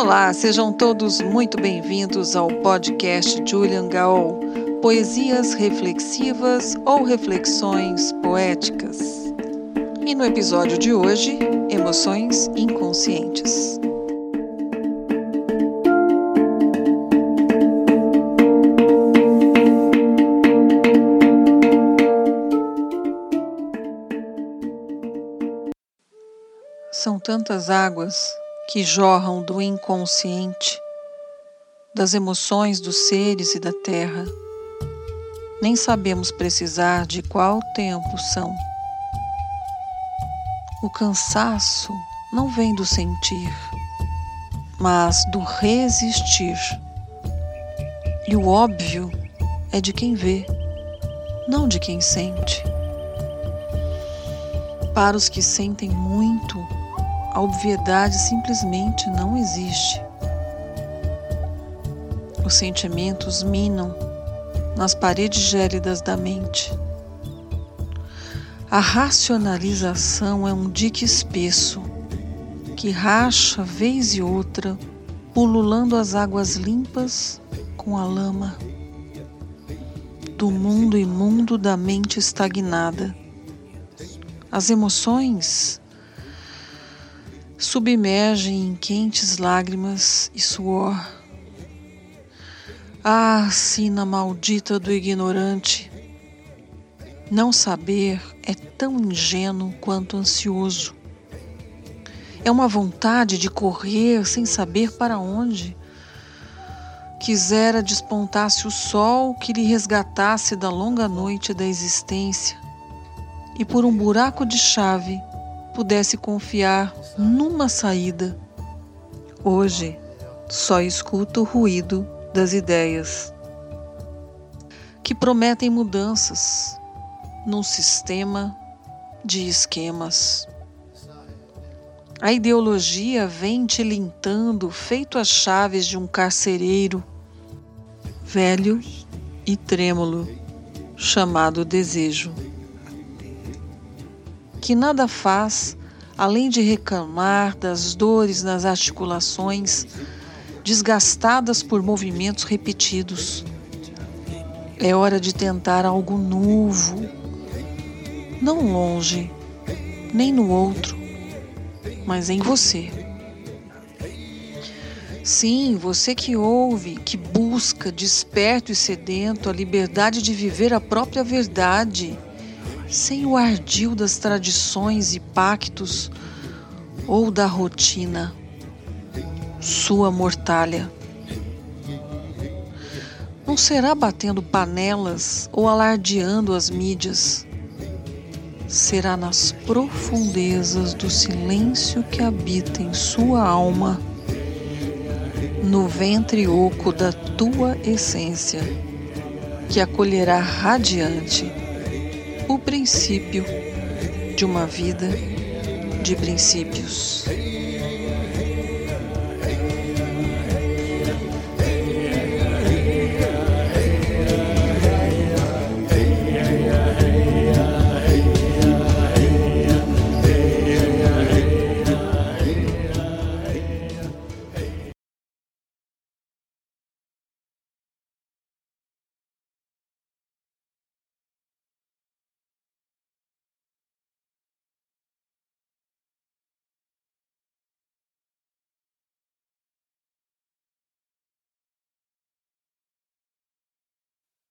Olá, sejam todos muito bem-vindos ao podcast Julian Gaol, poesias reflexivas ou reflexões poéticas. E no episódio de hoje, emoções inconscientes. São tantas águas que jorram do inconsciente, das emoções dos seres e da terra. Nem sabemos precisar de qual tempo são. O cansaço não vem do sentir, mas do resistir. E o óbvio é de quem vê, não de quem sente. Para os que sentem muito, a obviedade simplesmente não existe. Os sentimentos minam nas paredes gélidas da mente. A racionalização é um dique espesso que racha vez e outra, pululando as águas limpas com a lama do mundo imundo da mente estagnada. As emoções submergem em quentes lágrimas e suor. Ah, sina maldita do ignorante! Não saber é tão ingênuo quanto ansioso. É uma vontade de correr sem saber para onde. Quisera despontasse o sol que lhe resgatasse da longa noite da existência e por um buraco de chave pudesse confiar numa saída. Hoje, só escuto o ruído das ideias que prometem mudanças num sistema de esquemas. A ideologia vem tilintando feito as chaves de um carcereiro velho e trêmulo chamado desejo, que nada faz além de reclamar das dores nas articulações desgastadas por movimentos repetidos. É hora de tentar algo novo, não longe, nem no outro, mas em você. Sim, você que ouve, que busca, desperto e sedento, a liberdade de viver a própria verdade, sem o ardil das tradições e pactos ou da rotina, sua mortalha. Não será batendo panelas ou alardeando as mídias. Será nas profundezas do silêncio que habita em sua alma, no ventre oco da tua essência, que acolherá radiante o princípio de uma vida de princípios.